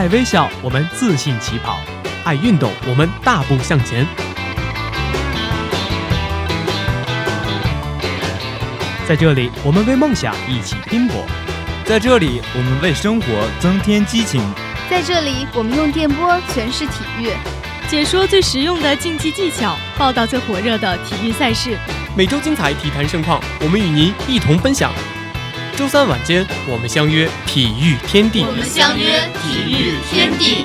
爱微笑，我们自信起跑；爱运动，我们大步向前。在这里，我们为梦想一起拼搏； 在这里，我们为生活增添激情； 在这里，我们用电波诠释体育， 解说最实用的竞技技巧，报道最火热的体育赛事。 每周精彩体坛盛况，我们与您一同分享。周三晚间，我们相约体育天地。 我们相约体育天地。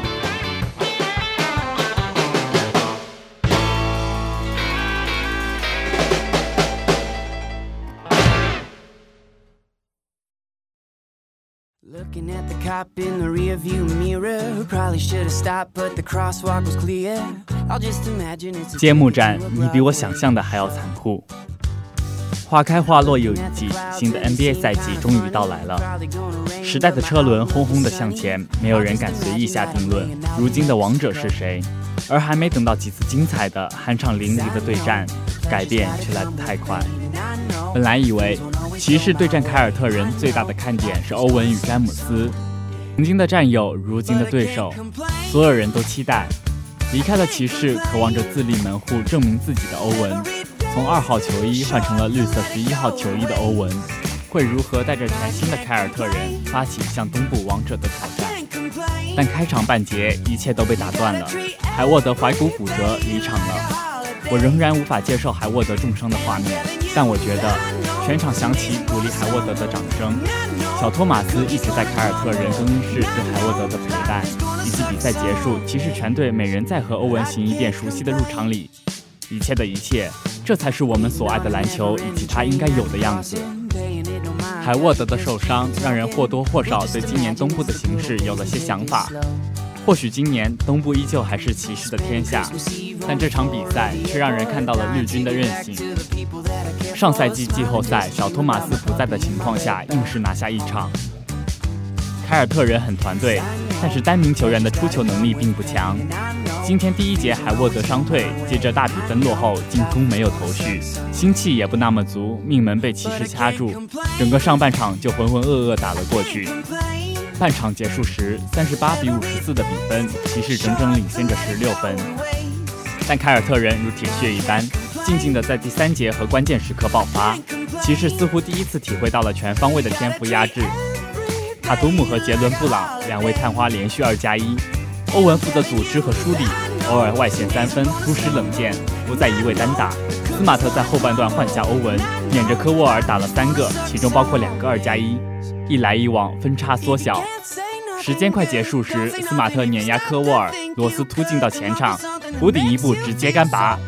Looking at the cop in the rearview mirror, who probably should have stopped, but the crosswalk was clear. I'll just imagine it's 揭幕战，你比我想象的还要残酷。花开花落又一季，新的 NBA 赛季终于到来了。时代的车轮轰轰地向前，没有人敢随意下定论，如今的王者是谁？而还没等到几次精彩的酣畅淋漓的对战，改变却来得太快。本来以为骑士对战凯尔特人最大的看点是欧文与詹姆斯，曾经的战友，如今的对手，所有人都期待离开了骑士，渴望着自立门户证明自己的欧文，从2号球衣换成了绿色11号球衣的欧文，会如何带着全新的凯尔特人发起向东部王者的挑战？但开场半节一切都被打断了，海沃德踝骨骨折离场了。我仍然无法接受海沃德重伤的画面，但我觉得全场响起鼓励海沃德的掌声。小托马斯一直在凯尔特人更衣室对海沃德的陪伴，以及比赛结束，骑士全队每人再和欧文行一遍熟悉的入场礼。一切的一切，这才是我们所爱的篮球以及它应该有的样子。海沃德的受伤让人或多或少对今年东部的形势有了些想法。或许今年东部依旧还是骑士的天下，但这场比赛却让人看到了绿军的韧性。上赛季季后赛小托马斯不在的情况下，硬是拿下一场。凯尔特人很团队，但是单名球员的出球能力并不强。今天第一节海沃德伤退，接着大比分落后，进攻没有头绪，心气也不那么足，命门被骑士掐住，整个上半场就浑浑噩噩打了过去。半场结束时，38-54的比分，骑士整整领先着16分。但凯尔特人如铁血一般，静静地在第3节和关键时刻爆发。骑士似乎第一次体会到了全方位的天赋压制。塔图姆和杰伦布朗2位探花连续2+1，欧文负责组织和梳理，偶尔外线3分，突施冷箭，不再一味单打。斯马特在后半段换下欧文，撵着科沃尔打了3个，其中包括2个2+1。一来一往，分差缩小。时间快结束时，斯马特碾压科沃尔，罗斯突进到前场，弧顶一步直接干拔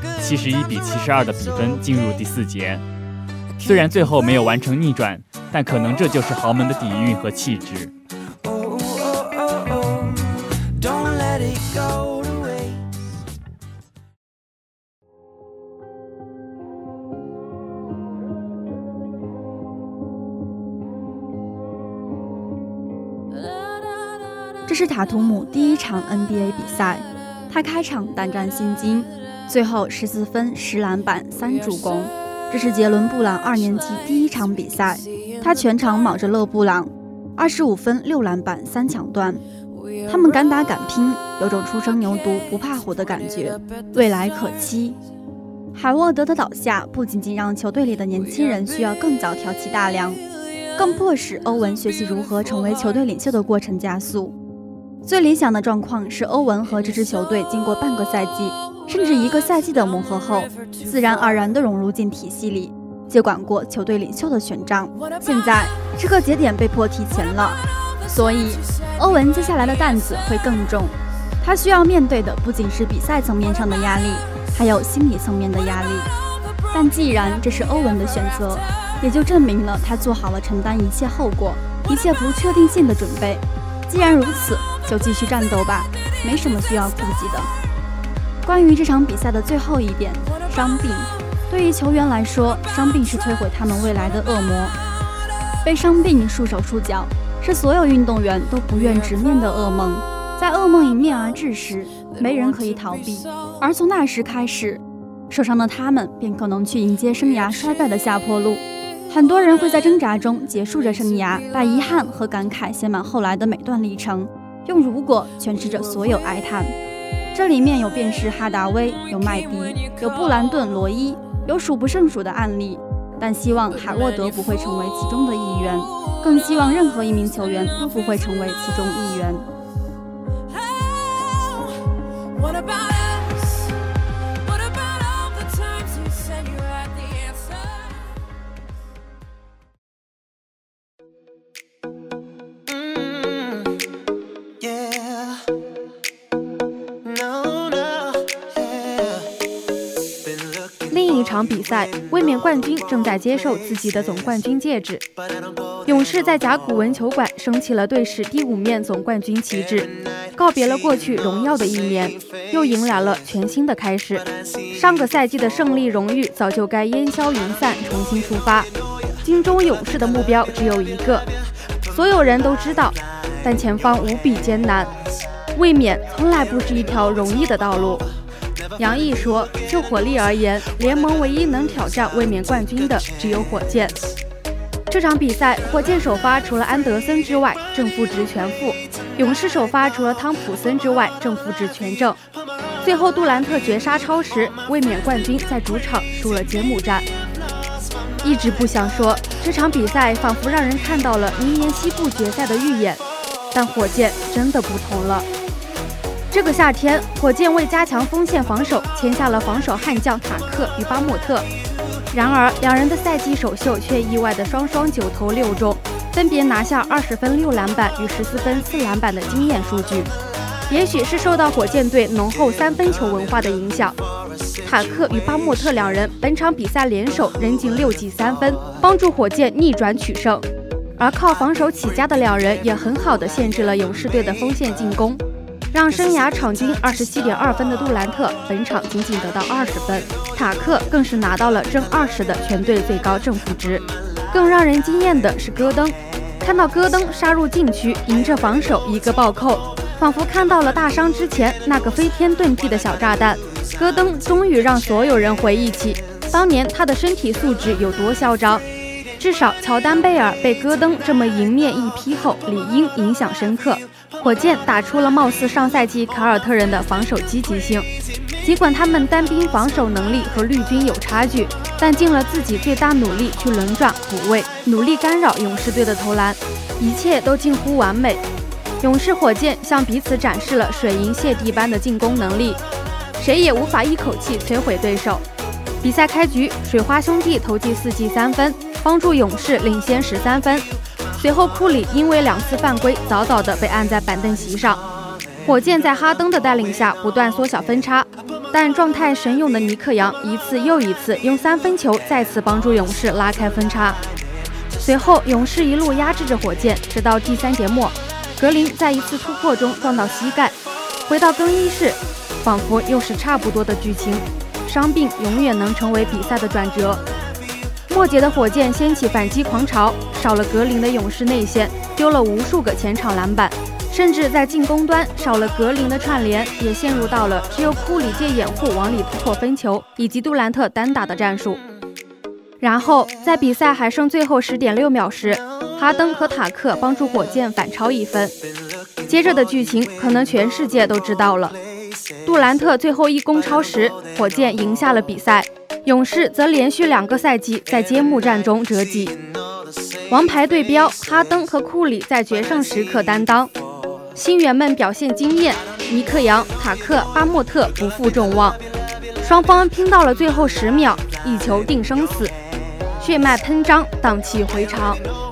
，71-72的比分进入第4节。虽然最后没有完成逆转，但可能这就是豪门的底蕴和气质。 这是塔图姆第1场 NBA 比赛，他开场胆战心惊，最后14分10篮板3助攻。这是杰伦布朗2年级第1场比赛，他全场卯着勒布朗，25分6篮板3抢断。他们敢打敢拼，有种初生牛犊不怕虎的感觉，未来可期。海沃德的倒下不仅仅让球队里的年轻人需要更早挑起大梁，更迫使欧文学习如何成为球队领袖的过程加速。最理想的状况是欧文和这支球队经过半个赛季甚至1个赛季的磨合后，自然而然地融入进体系里，接管过球队领袖的权杖。现在这个节点被迫提前了，所以欧文接下来的担子会更重。他需要面对的不仅是比赛层面上的压力，还有心理层面的压力。但既然这是欧文的选择，也就证明了他做好了承担一切后果、一切不确定性的准备。既然如此，就继续战斗吧，没什么需要顾忌的。关于这场比赛的最后一点，伤病。对于球员来说，伤病是摧毁他们未来的恶魔。被伤病束手束脚，是所有运动员都不愿直面的噩梦。在噩梦迎面而至时，没人可以逃避，而从那时开始，受伤的他们便可能去迎接生涯衰败的下坡路。很多人会在挣扎中结束着生涯，把遗憾和感慨写满后来的每段历程。 用如果诠释着所有哀叹。这里面有便是哈达威，有麦迪，有布兰顿·罗伊，有数不胜数的案例，但希望海沃德不会成为其中的一员，更希望任何一名球员都不会成为其中一员。 另一场比赛，卫冕冠军正在接受自己的总冠军戒指。勇士在甲骨文球馆升起了队史第5面总冠军旗帜，告别了过去荣耀的一年，又迎来了全新的开始。上个赛季的胜利荣誉早就该烟消云散，重新出发。金州勇士的目标只有一个，所有人都知道，但前方无比艰难。卫冕从来不是一条容易的道路。杨毅说，就火力而言，联盟唯一能挑战卫冕冠军的只有火箭。这场比赛，火箭首发除了安德森之外，正负值全负；勇士首发除了汤普森之外，正负值全正。最后杜兰特绝杀超时，卫冕冠军在主场输了揭幕战。一直不想说，这场比赛仿佛让人看到了明年西部决赛的预演，但火箭真的不同了。这个夏天，火箭为加强锋线防守，签下了防守悍将塔克与巴莫特。然而，两人的赛季首秀却意外的双9投6中，分别拿下20分6篮板与14分4篮板的惊艳数据。也许是受到火箭队浓厚3分球文化的影响，塔克与巴莫特两人本场比赛联手扔进6记3分，帮助火箭逆转取胜。而靠防守起家的两人也很好地限制了勇士队的锋线进攻，让生涯场均27.2分的杜兰特本场仅仅得到20分，塔克更是拿到了正20的全队最高正负值。更让人惊艳的是戈登，看到戈登杀入禁区，迎着防守一个暴扣，仿佛看到了大伤之前那个飞天遁地的小炸弹。戈登终于让所有人回忆起当年他的身体素质有多嚣张，至少乔丹贝尔被戈登这么迎面一劈后，理应影响深刻。火箭打出了貌似上赛季凯尔特人的防守积极性，尽管他们单兵防守能力和绿军有差距，但尽了自己最大努力去轮转补位，努力干扰勇士队的投篮，一切都近乎完美。勇士火箭向彼此展示了水银泻地般的进攻能力，谁也无法一口气摧毁对手。比赛开局，水花兄弟投进4记3分，帮助勇士领先13分。随后库里因为2次犯规早早地被按在板凳席上。火箭在哈登的带领下不断缩小分差，但状态神勇的尼克杨一次又一次用3分球再次帮助勇士拉开分差。随后勇士一路压制着火箭，直到第3节末，格林在一次突破中撞到膝盖，回到更衣室，仿佛又是差不多的剧情。伤病永远能成为比赛的转折。末节的火箭掀起反击狂潮，少了格林的勇士内线丢了无数个前场篮板，甚至在进攻端少了格林的串联，也陷入到了只有库里借掩护往里突破分球，以及杜兰特单打的战术。然后在比赛还剩最后10.6秒时，哈登和塔克帮助火箭反超1分。接着的剧情可能全世界都知道了，杜兰特最后一攻超时，火箭赢下了比赛，勇士则连续2个赛季在揭幕战中折戟。王牌对标，哈登和库里在决胜时刻担当，新援们表现惊艳，尼克杨、塔克、巴莫特不负众望，双方拼到了最后10秒，一球定生死，血脉喷张，荡气回肠。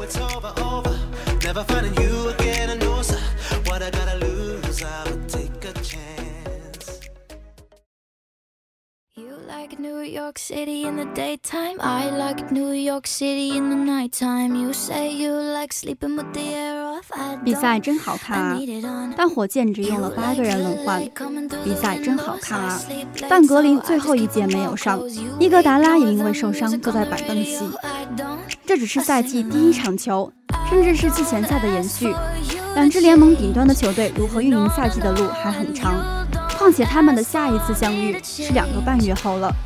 New York City in the daytime, I like New York City in the nighttime. You say you like sleeping with the air off. 比赛真好看啊，但火箭只用了8个人轮换。比赛真好看啊，但格林最后一节没有上，伊戈达拉也因为受伤坐在板凳席。这只是赛季第1场球，甚至是季前赛的延续。2支联盟顶端的球队如何运营赛季的路还很长，况且他们的下一次相遇是2个半月后了。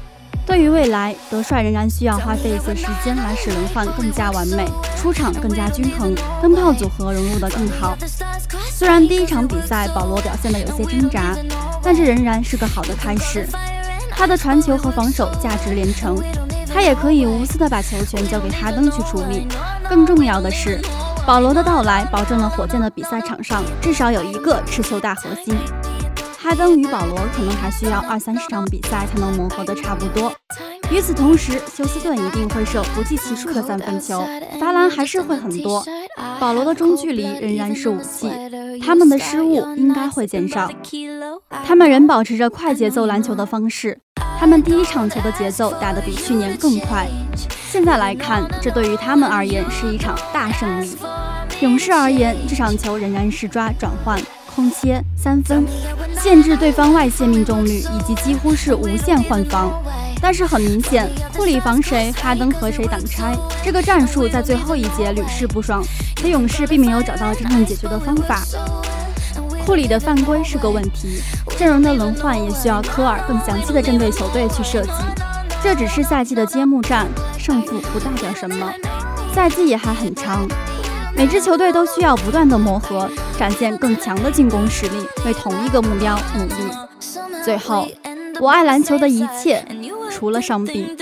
对于未来，德帅仍然需要花费一些时间来使轮换更加完美，出场更加均衡，灯泡组合融入得更好。虽然第一场比赛保罗表现得有些挣扎，但这仍然是个好的开始。他的传球和防守价值连城，他也可以无私地把球权交给哈登去处理。更重要的是，保罗的到来保证了火箭的比赛场上至少有一个持球大核心。哈登与保罗可能还需要20-30场比赛才能磨合得差不多。与此同时，休斯顿一定会射不计其数的3分球，罚篮还是会很多。保罗的中距离仍然是武器，他们的失误应该会减少。他们仍保持着快节奏篮球的方式，他们第一场球的节奏打得比去年更快。现在来看，这对于他们而言是一场大胜利。勇士而言，这场球仍然是抓转换、空切、3分，限制对方外线命中率，以及几乎是无限换防。但是很明显，库里防谁，哈登和谁挡拆，这个战术在最后一节屡试不爽，可勇士并没有找到真正解决的方法。库里的犯规是个问题，阵容的轮换也需要科尔更详细的针对球队去设计。这只是赛季的揭幕战，胜负不代表什么，赛季也还很长，每支球队都需要不断的磨合，展现更强的进攻实力，为同一个目标努力。最后，我爱篮球的一切，除了伤病。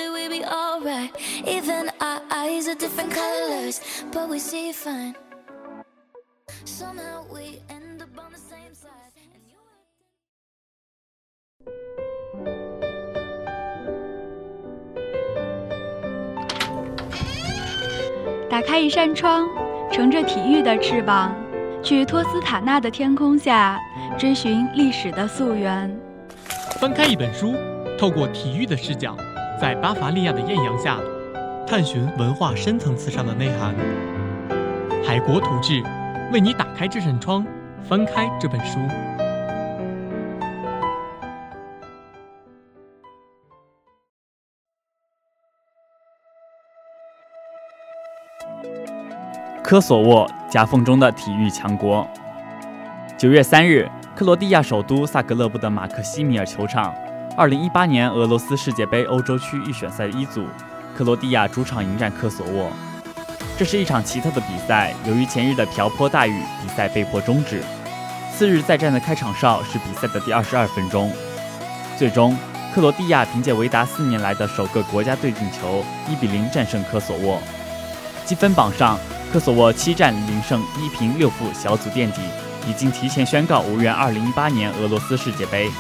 打开一扇窗，乘着体育的翅膀，去托斯塔纳的天空下，追寻历史的溯源。 翻开一本书，透过体育的视角，在巴伐利亚的艳阳下，探寻文化深层次上的内涵。海国图志为你打开这扇窗，翻开这本书。 科索沃夹缝中的体育强国。9月3日，克罗地亚首都萨格勒布的马克西米尔球场，2018年俄罗斯世界杯欧洲区预选赛一组，克罗地亚主场迎战科索沃。这是一场奇特的比赛，由于前日的瓢泼大雨，比赛被迫终止。次日再战的开场哨是比赛的第22分钟，最终克罗地亚凭借维达4年来的首个国家队进球，1-0战胜科索沃。积分榜上，科索沃7战0胜1平6负，小组垫底，已经提前宣告无缘2018年俄罗斯世界杯。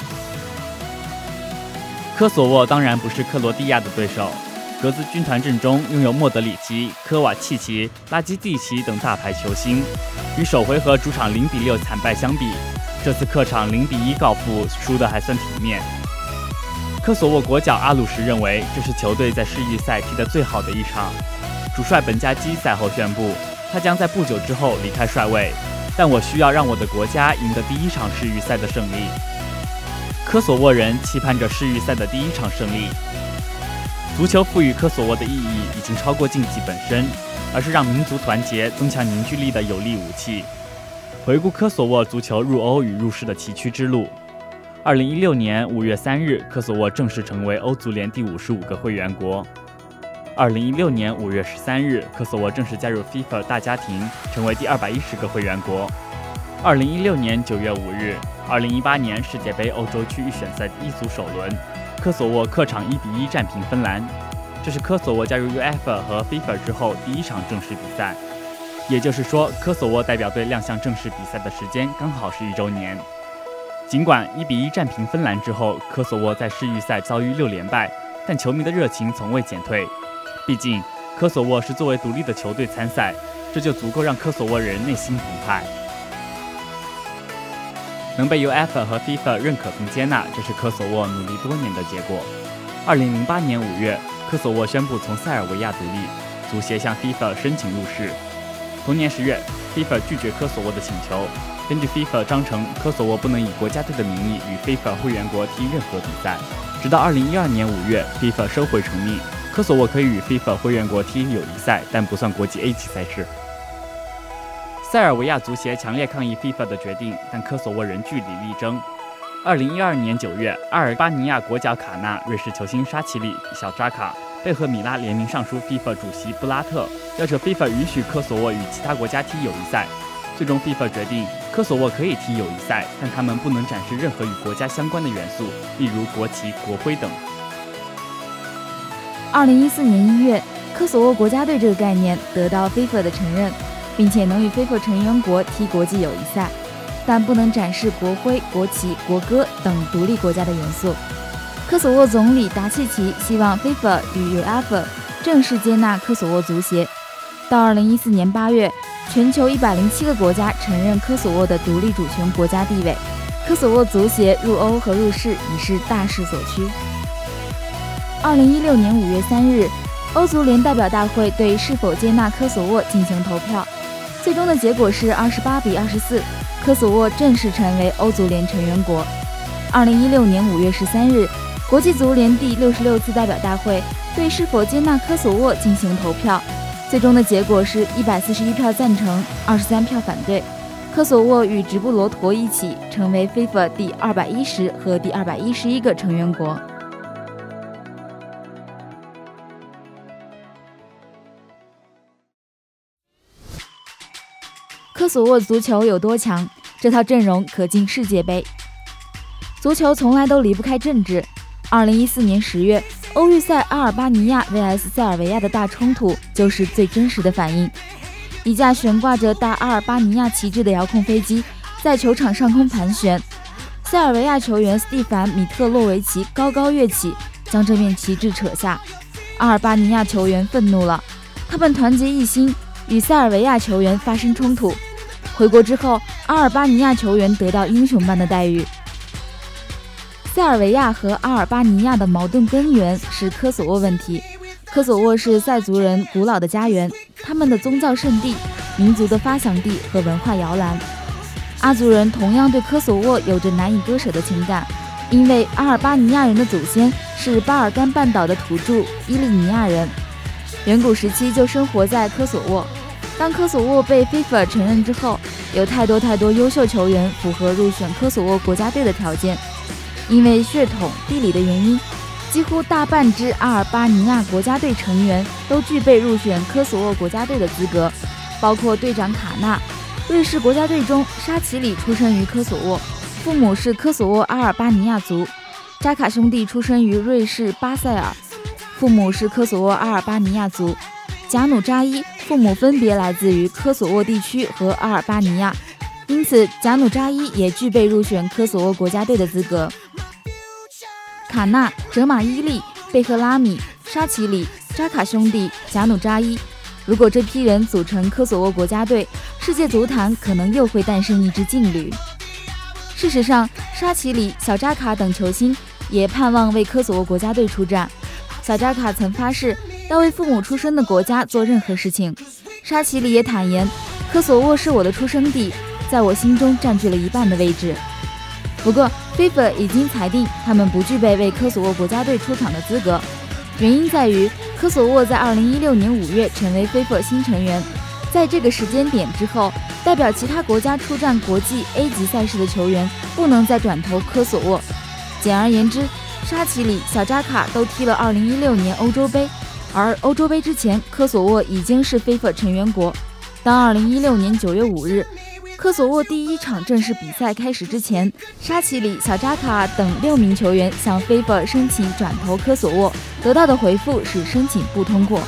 科索沃当然不是克罗地亚的对手，格子军团阵中拥有莫德里奇、科瓦契奇、拉基蒂奇等大牌球星，与首回合主场0-6惨败相比，这次客场0-1告负，输得还算体面。科索沃国脚阿鲁什认为，这是球队在世预赛踢得最好的一场。主帅本加基赛后宣布，他将在不久之后离开帅位，但我需要让我的国家赢得第一场世预赛的胜利。科索沃人期盼着世预赛的第一场胜利。足球赋予科索沃的意义已经超过竞技本身，而是让民族团结、增强凝聚力的有力武器。回顾科索沃足球入欧与入世的崎岖之路。2016年5月3日，科索沃正式成为欧足联第55个会员国。2016年5月13日，科索沃正式加入 FIFA 大家庭，成为第210个会员国。2016年9月5日，2018年世界杯欧洲区预选赛一组首轮，科索沃客场1-1战平芬兰，这是科索沃加入 UEFA 和 FIFA 之后第一场正式比赛。也就是说，科索沃代表队亮相正式比赛的时间刚好是1周年。尽管1-1战平芬兰之后，科索沃在世预赛遭遇6连败，但球迷的热情从未减退。毕竟，科索沃是作为独立的球队参赛，这就足够让科索沃人内心澎湃。能被 UEFA 和 FIFA 认可并接纳，这是科索沃努力多年的结果。2008年5月，科索沃宣布从塞尔维亚独立，足协向 FIFA 申请入世。同年10月 ，FIFA 拒绝科索沃的请求。根据 FIFA 章程，科索沃不能以国家队的名义与 FIFA 会员国踢任何比赛。直到2012年5月 ，FIFA 收回成命。科索沃可以与 FIFA 会员国踢友谊赛，但不算国际 A 级赛事。塞尔维亚足协强烈抗议 FIFA 的决定，但科索沃人据理力争。 2012年9月，阿尔巴尼亚国脚卡纳、瑞士球星沙奇里、小扎卡配合米拉联名上书 FIFA 主席布拉特，要求 FIFA 允许科索沃与其他国家踢友谊赛。最终 FIFA 决定，科索沃可以踢友谊赛，但他们不能展示任何与国家相关的元素，例如国旗、国徽等。 2014年1月，科索沃国家队这个概念得到 FIFA 的承认，并且能与 FIFA 成员国踢国际友谊赛，但不能展示国徽、国旗、国歌等独立国家的元素。科索沃总理达契奇希望 FIFA 与 UEFA 正式接纳科索沃足协。到2014年8月，全球107个国家承认科索沃的独立主权国家地位，科索沃足协入欧和入世已是大势所趋。2016年5月3日，欧足联代表大会对是否接纳科索沃进行投票，最终的结果是28比24，科索沃正式成为欧足联成员国。2016年5月13日，国际足联第66次代表大会对是否接纳科索沃进行投票，最终的结果是141票赞成，23票反对。科索沃与直布罗陀一起成为 FIFA 第210和第211个成员国。科索沃足球有多强？这套阵容可进世界杯。足球从来都离不开政治。2014年10月，欧预赛阿尔巴尼亚 vs 塞尔维亚的大冲突就是最真实的反应。一架悬挂着大阿尔巴尼亚旗帜的遥控飞机在球场上空盘旋，塞尔维亚球员斯蒂凡·米特洛维奇高高跃起，将这面旗帜扯下。阿尔巴尼亚球员愤怒了，他们团结一心，与塞尔维亚球员发生冲突。回国之后，阿尔巴尼亚球员得到英雄般的待遇。塞尔维亚和阿尔巴尼亚的矛盾根源是科索沃问题。科索沃是塞族人古老的家园，他们的宗教圣地、民族的发祥地和文化摇篮。阿族人同样对科索沃有着难以割舍的情感，因为阿尔巴尼亚人的祖先是巴尔干半岛的土著伊利尼亚人，远古时期就生活在科索沃。当科索沃被 FIFA 承认之后，有太多优秀球员符合入选科索沃国家队的条件。因为血统、地理的原因，几乎大半支阿尔巴尼亚国家队成员都具备入选科索沃国家队的资格，包括队长卡纳。瑞士国家队中，沙奇里出生于科索沃，父母是科索沃阿尔巴尼亚族；扎卡兄弟出生于瑞士巴塞尔，父母是科索沃阿尔巴尼亚族；贾努扎伊父母分别来自于科索沃地区和阿尔巴尼亚，因此贾努扎伊也具备入选科索沃国家队的资格。卡纳、哲马伊利、贝赫拉米、沙奇里、扎卡兄弟、贾努扎伊，如果这批人组成科索沃国家队，世界足坛可能又会诞生一支劲旅。事实上，沙奇里、小扎卡等球星也盼望为科索沃国家队出战。小扎卡曾发誓要为父母出生的国家做任何事情。沙奇里也坦言，科索沃是我的出生地，在我心中占据了一半的位置。不过 FIFA 已经裁定他们不具备为科索沃国家队出场的资格，原因在于科索沃在2016年5月成为 FIFA 新成员，在这个时间点之后，代表其他国家出战国际 A 级赛事的球员不能再转投科索沃。简而言之，沙奇里、小扎卡都踢了2016年欧洲杯，而欧洲杯之前，科索沃已经是 FIFA 成员国。当2016年9月5日科索沃第一场正式比赛开始之前，沙奇里、小扎卡等6名球员向 FIFA 申请转投科索沃，得到的回复是申请不通过。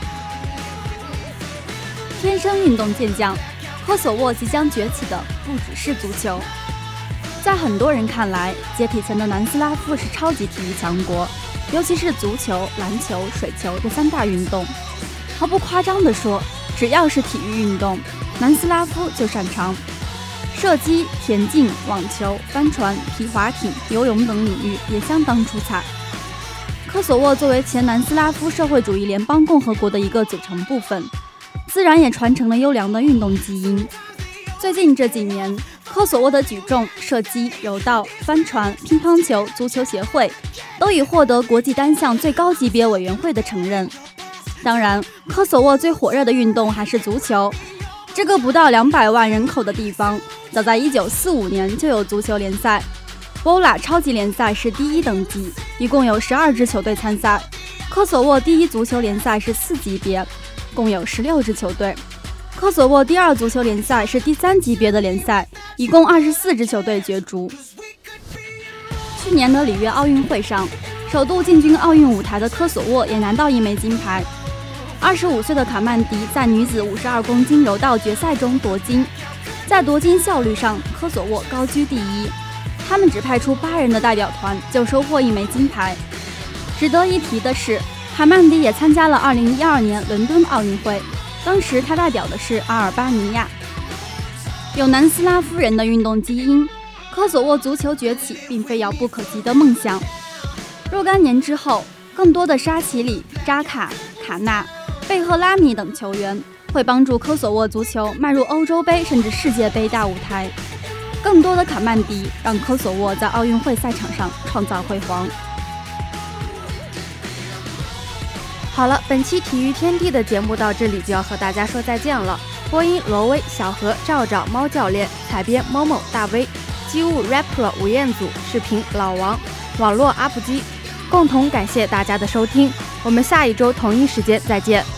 天生运动健将，科索沃即将崛起的不只是足球。在很多人看来，接体前的南斯拉夫是超级体育强国，尤其是足球、篮球、水球这3大运动。毫不夸张地说，只要是体育运动，南斯拉夫就擅长。射击、田径、网球、帆船、皮划艇、游泳等领域也相当出彩。科索沃作为前南斯拉夫社会主义联邦共和国的一个组成部分，自然也传承了优良的运动基因。最近这几年，科索沃的举重、射击、柔道、帆船、乒乓球、足球协会都已获得国际单项最高级别委员会的承认。当然，科索沃最火热的运动还是足球。这个不到200万人口的地方，早在1945年就有足球联赛。 BOLA 超级联赛是第1等级，一共有12支球队参赛。科索沃第1足球联赛是4级别，共有16支球队。科索沃第2足球联赛是第3级别的联赛，一共24支球队角逐。去年的里约奥运会上，首度进军奥运舞台的科索沃也拿到1枚金牌。25岁的卡曼迪在女子52公斤柔道决赛中夺金，在夺金效率上，科索沃高居第1。他们只派出8人的代表团就收获1枚金牌。值得一提的是，卡曼迪也参加了2012年伦敦奥运会，当时他代表的是阿尔巴尼亚。有南斯拉夫人的运动基因，科索沃足球崛起并非遥不可及的梦想。若干年之后，更多的沙奇里、扎卡、卡纳、贝赫拉米等球员会帮助科索沃足球迈入欧洲杯甚至世界杯大舞台。更多的卡曼迪让科索沃在奥运会赛场上创造辉煌。 好了，本期体育天地的节目到这里就要和大家说再见了。播音罗威、小何、赵赵、猫教练，采编某某、大威，机务 rapper 吴彦祖，视频老王，网络 UP 机，共同感谢大家的收听。我们下一周同一时间再见。